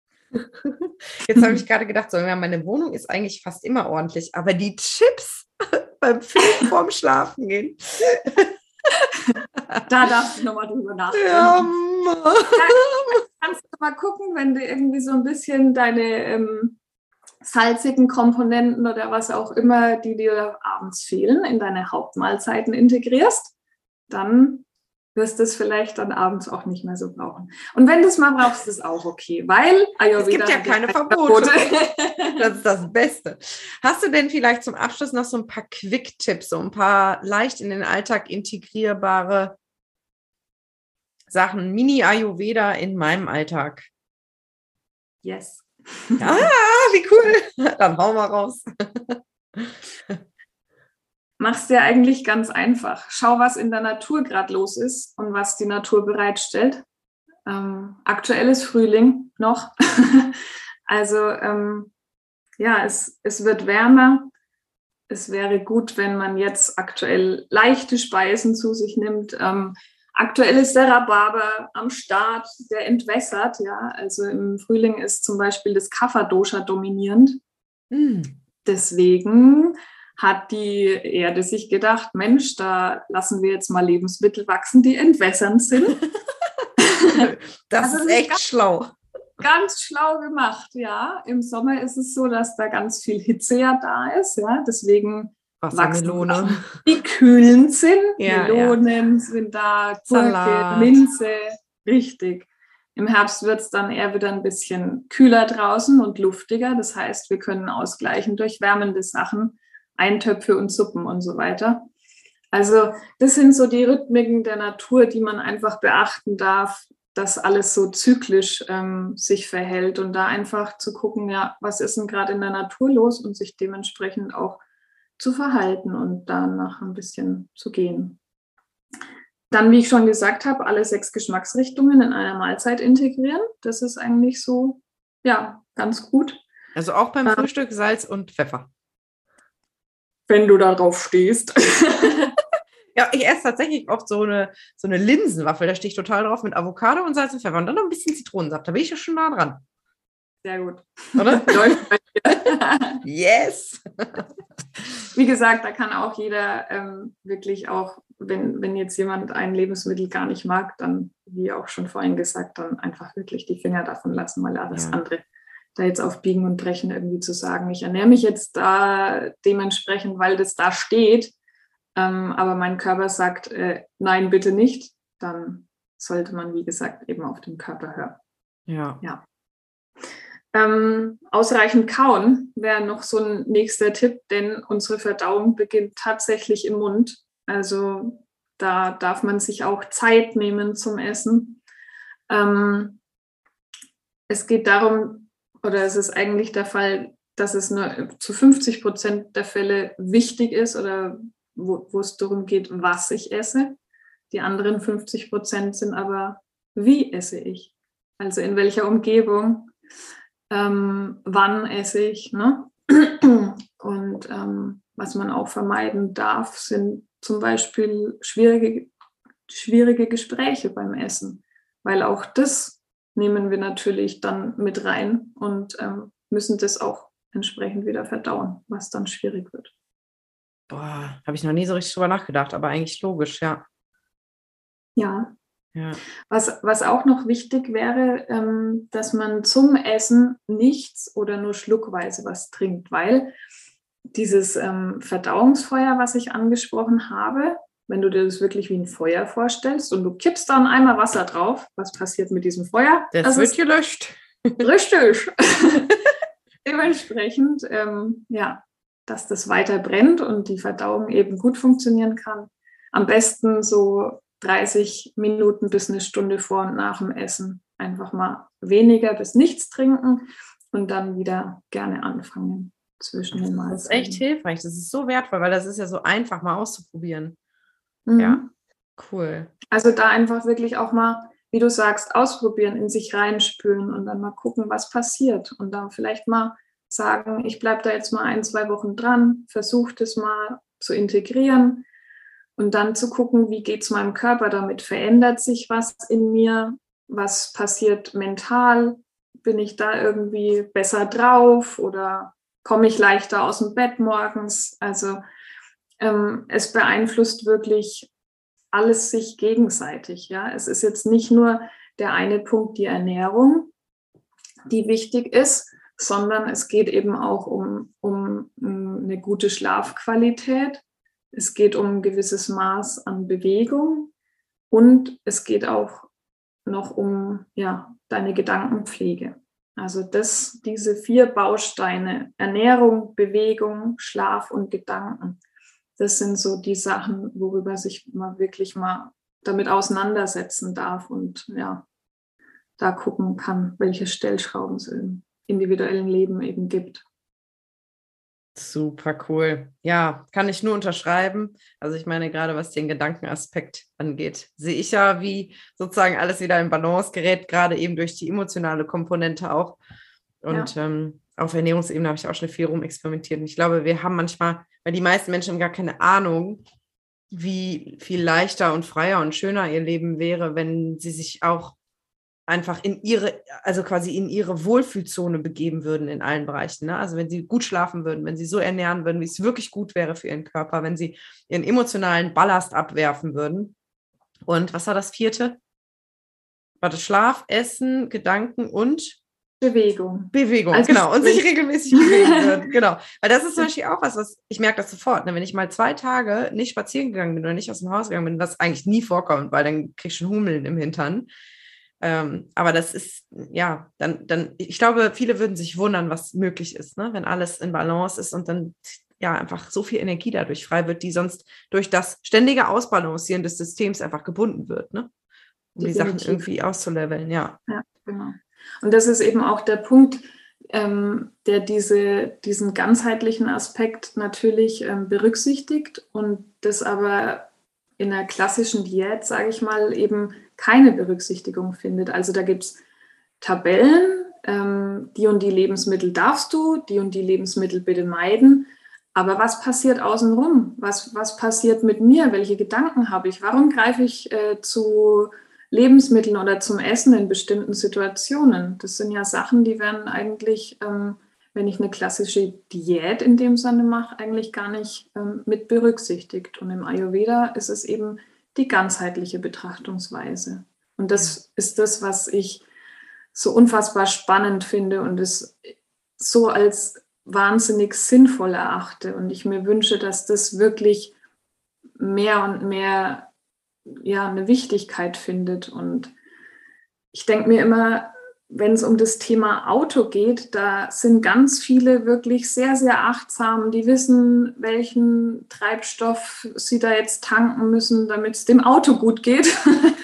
Jetzt habe ich gerade gedacht, so, ja, meine Wohnung ist eigentlich fast immer ordentlich, aber die Chips beim Film vorm Schlafen gehen. Da darfst du nochmal drüber nachdenken. Ja, da kannst du mal gucken, wenn du irgendwie so ein bisschen deine ähm, salzigen Komponenten oder was auch immer, die dir abends fehlen, in deine Hauptmahlzeiten integrierst, dann wirst du es vielleicht dann abends auch nicht mehr so brauchen. Und wenn du es mal brauchst, ist es auch okay, weil Ayurveda es gibt ja keine Verbote. Verbote. Das ist das Beste. Hast du denn vielleicht zum Abschluss noch so ein paar Quick-Tipps, so ein paar leicht in den Alltag integrierbare Sachen, Mini-Ayurveda in meinem Alltag? Yes. Ah, wie cool. Dann hau mal raus. Mach's dir eigentlich ganz einfach. Schau, was in der Natur gerade los ist und was die Natur bereitstellt. Ähm, aktuell ist Frühling noch. also ähm, ja, es, es wird wärmer. Es wäre gut, wenn man jetzt aktuell leichte Speisen zu sich nimmt. Ähm, aktuell ist der Rhabarber am Start, der entwässert. Ja, also im Frühling ist zum Beispiel das Kapha-Dosha dominierend. Mm. Deswegen hat die Erde sich gedacht, Mensch, da lassen wir jetzt mal Lebensmittel wachsen, die entwässernd sind. Das also ist echt ganz, schlau. Ganz schlau gemacht, ja. Im Sommer ist es so, dass da ganz viel Hitze ja da ist, ja. Deswegen Wassermelone. wachsen die kühlen sind. Ja, Melonen ja. sind da, Gurke, Salat. Minze, richtig. Im Herbst wird es dann eher wieder ein bisschen kühler draußen und luftiger. Das heißt, wir können ausgleichen durch wärmende Sachen, Eintöpfe und Suppen und so weiter. Also das sind so die Rhythmiken der Natur, die man einfach beachten darf, dass alles so zyklisch ähm, sich verhält und da einfach zu gucken, ja, was ist denn gerade in der Natur los und sich dementsprechend auch zu verhalten und danach ein bisschen zu gehen. Dann, wie ich schon gesagt habe, alle sechs Geschmacksrichtungen in einer Mahlzeit integrieren. Das ist eigentlich so, ja, ganz gut. Also auch beim ähm, Frühstück Salz und Pfeffer. Wenn du darauf stehst. Ja, ich esse tatsächlich oft so eine, so eine Linsenwaffel, da stehe ich total drauf mit Avocado und Salz und Pfeffer und dann noch ein bisschen Zitronensaft. Da bin ich ja schon nah dran. Sehr gut. Oder? Läuft bei dir. Yes! Wie gesagt, da kann auch jeder ähm, wirklich auch, wenn, wenn jetzt jemand ein Lebensmittel gar nicht mag, dann, wie auch schon vorhin gesagt, dann einfach wirklich die Finger davon lassen, weil alles ja. andere da jetzt auf Biegen und Brechen irgendwie zu sagen, ich ernähre mich jetzt da dementsprechend, weil das da steht, ähm, aber mein Körper sagt, äh, nein, bitte nicht, dann sollte man, wie gesagt, eben auf den Körper hören. Ja. ja. Ähm, ausreichend kauen wäre noch so ein nächster Tipp, denn unsere Verdauung beginnt tatsächlich im Mund. Also da darf man sich auch Zeit nehmen zum Essen. Ähm, es geht darum, oder es ist eigentlich der Fall, dass es nur zu fünfzig Prozent der Fälle wichtig ist oder wo, wo es darum geht, was ich esse. Die anderen fünfzig Prozent sind aber, wie esse ich? Also in welcher Umgebung? Ähm, wann esse ich, ne? Und ähm, was man auch vermeiden darf, sind zum Beispiel schwierige, schwierige Gespräche beim Essen, weil auch das nehmen wir natürlich dann mit rein und ähm, müssen das auch entsprechend wieder verdauen, was dann schwierig wird. Boah, habe ich noch nie so richtig drüber nachgedacht, aber eigentlich logisch, ja. Ja. Ja. Was, was auch noch wichtig wäre, ähm, dass man zum Essen nichts oder nur schluckweise was trinkt, weil dieses ähm, Verdauungsfeuer, was ich angesprochen habe, wenn du dir das wirklich wie ein Feuer vorstellst und du kippst da einen Eimer Wasser drauf, was passiert mit diesem Feuer? Das, das wird gelöscht. Richtig. Dementsprechend, ähm, ja, dass das weiter brennt und die Verdauung eben gut funktionieren kann. Am besten so dreißig Minuten bis eine Stunde vor und nach dem Essen einfach mal weniger bis nichts trinken und dann wieder gerne anfangen zwischen den Mahlzeiten. Das ist echt hilfreich. Das ist so wertvoll, weil das ist ja so einfach mal auszuprobieren. Mhm. Ja, cool. Also da einfach wirklich auch mal, wie du sagst, ausprobieren, in sich reinspüren und dann mal gucken, was passiert und dann vielleicht mal sagen, ich bleibe da jetzt mal ein, zwei Wochen dran, versuche das mal zu integrieren. Und dann zu gucken, wie geht es meinem Körper damit? Verändert sich was in mir? Was passiert mental? Bin ich da irgendwie besser drauf oder komme ich leichter aus dem Bett morgens? Also ähm, es beeinflusst wirklich alles sich gegenseitig. Ja? Es ist jetzt nicht nur der eine Punkt, die Ernährung, die wichtig ist, sondern es geht eben auch um, um, um eine gute Schlafqualität. Es geht um ein gewisses Maß an Bewegung und es geht auch noch um ja, deine Gedankenpflege. Also das, diese vier Bausteine, Ernährung, Bewegung, Schlaf und Gedanken, das sind so die Sachen, worüber sich man wirklich mal damit auseinandersetzen darf und ja, da gucken kann, welche Stellschrauben es im individuellen Leben eben gibt. Super cool. Ja, kann ich nur unterschreiben. Also ich meine, gerade was den Gedankenaspekt angeht, sehe ich ja, wie sozusagen alles wieder in Balance gerät, gerade eben durch die emotionale Komponente auch. Und ja. ähm, auf Ernährungsebene habe ich auch schon viel rumexperimentiert. Und ich glaube, wir haben manchmal, weil die meisten Menschen haben gar keine Ahnung, wie viel leichter und freier und schöner ihr Leben wäre, wenn sie sich auch einfach in ihre, also quasi in ihre Wohlfühlzone begeben würden in allen Bereichen. Ne? Also wenn sie gut schlafen würden, wenn sie so ernähren würden, wie es wirklich gut wäre für ihren Körper, wenn sie ihren emotionalen Ballast abwerfen würden. Und was war das vierte? Warte, Schlaf, Essen, Gedanken und Bewegung. Bewegung, also genau. Und sich regelmäßig bewegen würden. Genau. Weil das ist zum Beispiel auch was, was ich merke das sofort. Ne? Wenn ich mal zwei Tage nicht spazieren gegangen bin oder nicht aus dem Haus gegangen bin, was eigentlich nie vorkommt, weil dann krieg ich schon Hummeln im Hintern. Ähm, aber das ist, ja, dann, dann, ich glaube, viele würden sich wundern, was möglich ist, ne? Wenn alles in Balance ist und dann ja einfach so viel Energie dadurch frei wird, die sonst durch das ständige Ausbalancieren des Systems einfach gebunden wird, ne? Um Definitiv. Die Sachen irgendwie auszuleveln, ja. Ja, genau. Und das ist eben auch der Punkt, ähm, der diese, diesen ganzheitlichen Aspekt natürlich ähm, berücksichtigt und das aber in einer klassischen Diät, sage ich mal, eben keine Berücksichtigung findet. Also da gibt es Tabellen, ähm, die und die Lebensmittel darfst du, die und die Lebensmittel bitte meiden. Aber was passiert außenrum? Was, was passiert mit mir? Welche Gedanken habe ich? Warum greife ich äh, zu Lebensmitteln oder zum Essen in bestimmten Situationen? Das sind ja Sachen, die werden eigentlich, ähm, wenn ich eine klassische Diät in dem Sinne mache, eigentlich gar nicht ähm, mit berücksichtigt. Und im Ayurveda ist es eben die ganzheitliche Betrachtungsweise. Und das ist das, was ich so unfassbar spannend finde und es so als wahnsinnig sinnvoll erachte. Und ich mir wünsche, dass das wirklich mehr und mehr ja, eine Wichtigkeit findet. Und ich denke mir immer, wenn es um das Thema Auto geht, da sind ganz viele wirklich sehr, sehr achtsam. Die wissen, welchen Treibstoff sie da jetzt tanken müssen, damit es dem Auto gut geht.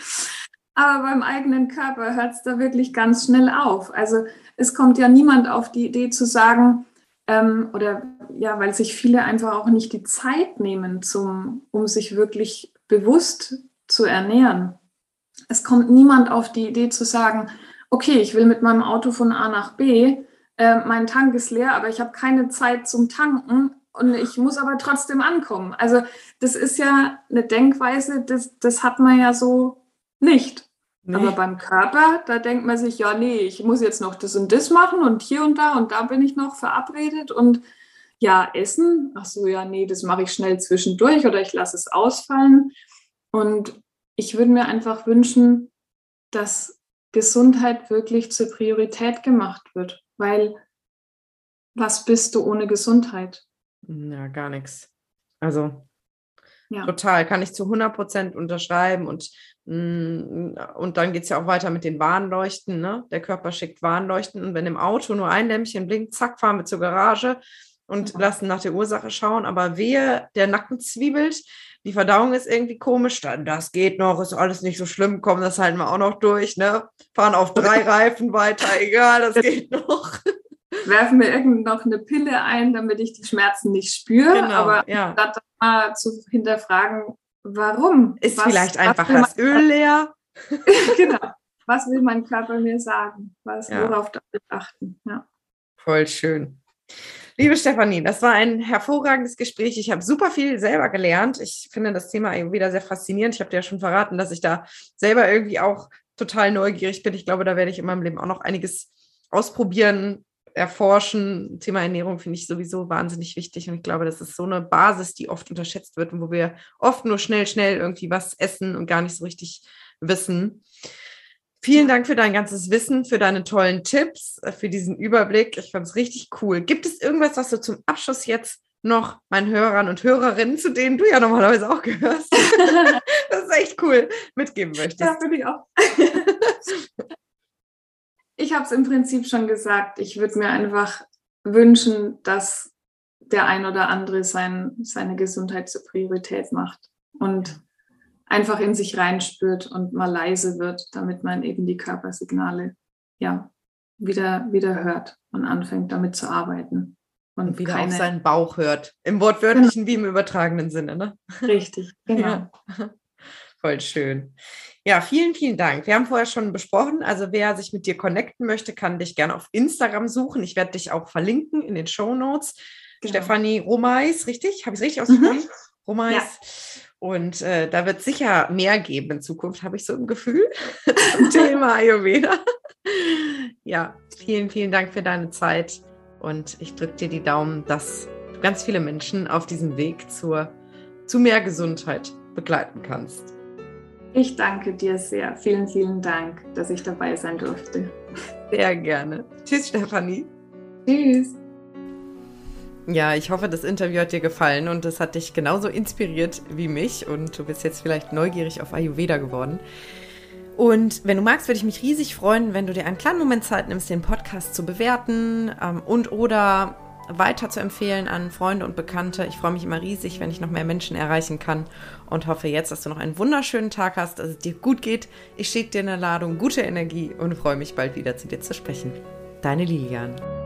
Aber beim eigenen Körper hört es da wirklich ganz schnell auf. Also es kommt ja niemand auf die Idee zu sagen, ähm, oder ja, weil sich viele einfach auch nicht die Zeit nehmen, zum, um sich wirklich bewusst zu ernähren. Es kommt niemand auf die Idee zu sagen, okay, ich will mit meinem Auto von A nach B, äh, mein Tank ist leer, aber ich habe keine Zeit zum Tanken und ich muss aber trotzdem ankommen. Also das ist ja eine Denkweise, das, das hat man ja so nicht. Nee. Aber beim Körper, da denkt man sich, ja, nee, ich muss jetzt noch das und das machen und hier und da und da bin ich noch verabredet und ja, Essen, ach so, ja, nee, das mache ich schnell zwischendurch oder ich lasse es ausfallen. Und ich würde mir einfach wünschen, dass Gesundheit wirklich zur Priorität gemacht wird, weil was bist du ohne Gesundheit? Ja, gar nichts. Also ja. Total, kann ich zu hundert Prozent unterschreiben und, und dann geht es ja auch weiter mit den Warnleuchten, ne? Der Körper schickt Warnleuchten und wenn im Auto nur ein Lämpchen blinkt, zack, fahren wir zur Garage und ja. lassen nach der Ursache schauen, aber wehe, der Nacken zwiebelt, die Verdauung ist irgendwie komisch, dann das geht noch, ist alles nicht so schlimm, komm, das halten wir auch noch durch, ne? Fahren auf drei Reifen weiter, egal, das geht noch. Werfen wir irgend noch eine Pille ein, damit ich die Schmerzen nicht spüre, genau, aber ja. statt mal zu hinterfragen, warum? Ist was, vielleicht was einfach das Öl leer? Genau, was will mein Körper mir sagen? Was, ja. Worauf darf ich achten? Ja. Voll schön. Liebe Stefanie, das war ein hervorragendes Gespräch. Ich habe super viel selber gelernt. Ich finde das Thema wieder sehr faszinierend. Ich habe dir ja schon verraten, dass ich da selber irgendwie auch total neugierig bin. Ich glaube, da werde ich in meinem Leben auch noch einiges ausprobieren, erforschen. Thema Ernährung finde ich sowieso wahnsinnig wichtig. Und ich glaube, das ist so eine Basis, die oft unterschätzt wird und wo wir oft nur schnell, schnell irgendwie was essen und gar nicht so richtig wissen. Vielen Dank für dein ganzes Wissen, für deine tollen Tipps, für diesen Überblick. Ich fand es richtig cool. Gibt es irgendwas, was du zum Abschluss jetzt noch meinen Hörern und Hörerinnen, zu denen du ja normalerweise auch gehörst, das ist echt cool, mitgeben möchtest? Ja, finde ich auch. Ich habe es im Prinzip schon gesagt. Ich würde mir einfach wünschen, dass der ein oder andere sein, seine Gesundheit zur Priorität macht und einfach in sich reinspürt und mal leise wird, damit man eben die Körpersignale ja, wieder, wieder hört und anfängt, damit zu arbeiten. Und, und wieder keine... auf seinen Bauch hört. Im wortwörtlichen genau. wie im übertragenen Sinne, ne? Richtig, genau. Ja. Voll schön. Ja, vielen, vielen Dank. Wir haben vorher schon besprochen, also wer sich mit dir connecten möchte, kann dich gerne auf Instagram suchen. Ich werde dich auch verlinken in den Shownotes. Genau. Stefanie Romais, richtig? Habe ich es richtig ausgesprochen? Mhm. Romais. Ja. Und äh, da wird es sicher mehr geben in Zukunft, habe ich so ein Gefühl, zum Thema Ayurveda. Ja, vielen, vielen Dank für deine Zeit und ich drücke dir die Daumen, dass du ganz viele Menschen auf diesem Weg zur, zu mehr Gesundheit begleiten kannst. Ich danke dir sehr. Vielen, vielen Dank, dass ich dabei sein durfte. Sehr gerne. Tschüss, Stefanie. Tschüss. Ja, ich hoffe, das Interview hat dir gefallen und es hat dich genauso inspiriert wie mich und du bist jetzt vielleicht neugierig auf Ayurveda geworden. Und wenn du magst, würde ich mich riesig freuen, wenn du dir einen kleinen Moment Zeit nimmst, den Podcast zu bewerten ähm, und oder weiter zu empfehlen an Freunde und Bekannte. Ich freue mich immer riesig, wenn ich noch mehr Menschen erreichen kann und hoffe jetzt, dass du noch einen wunderschönen Tag hast, dass es dir gut geht. Ich schicke dir eine Ladung gute Energie und freue mich bald wieder zu dir zu sprechen. Deine Lilian.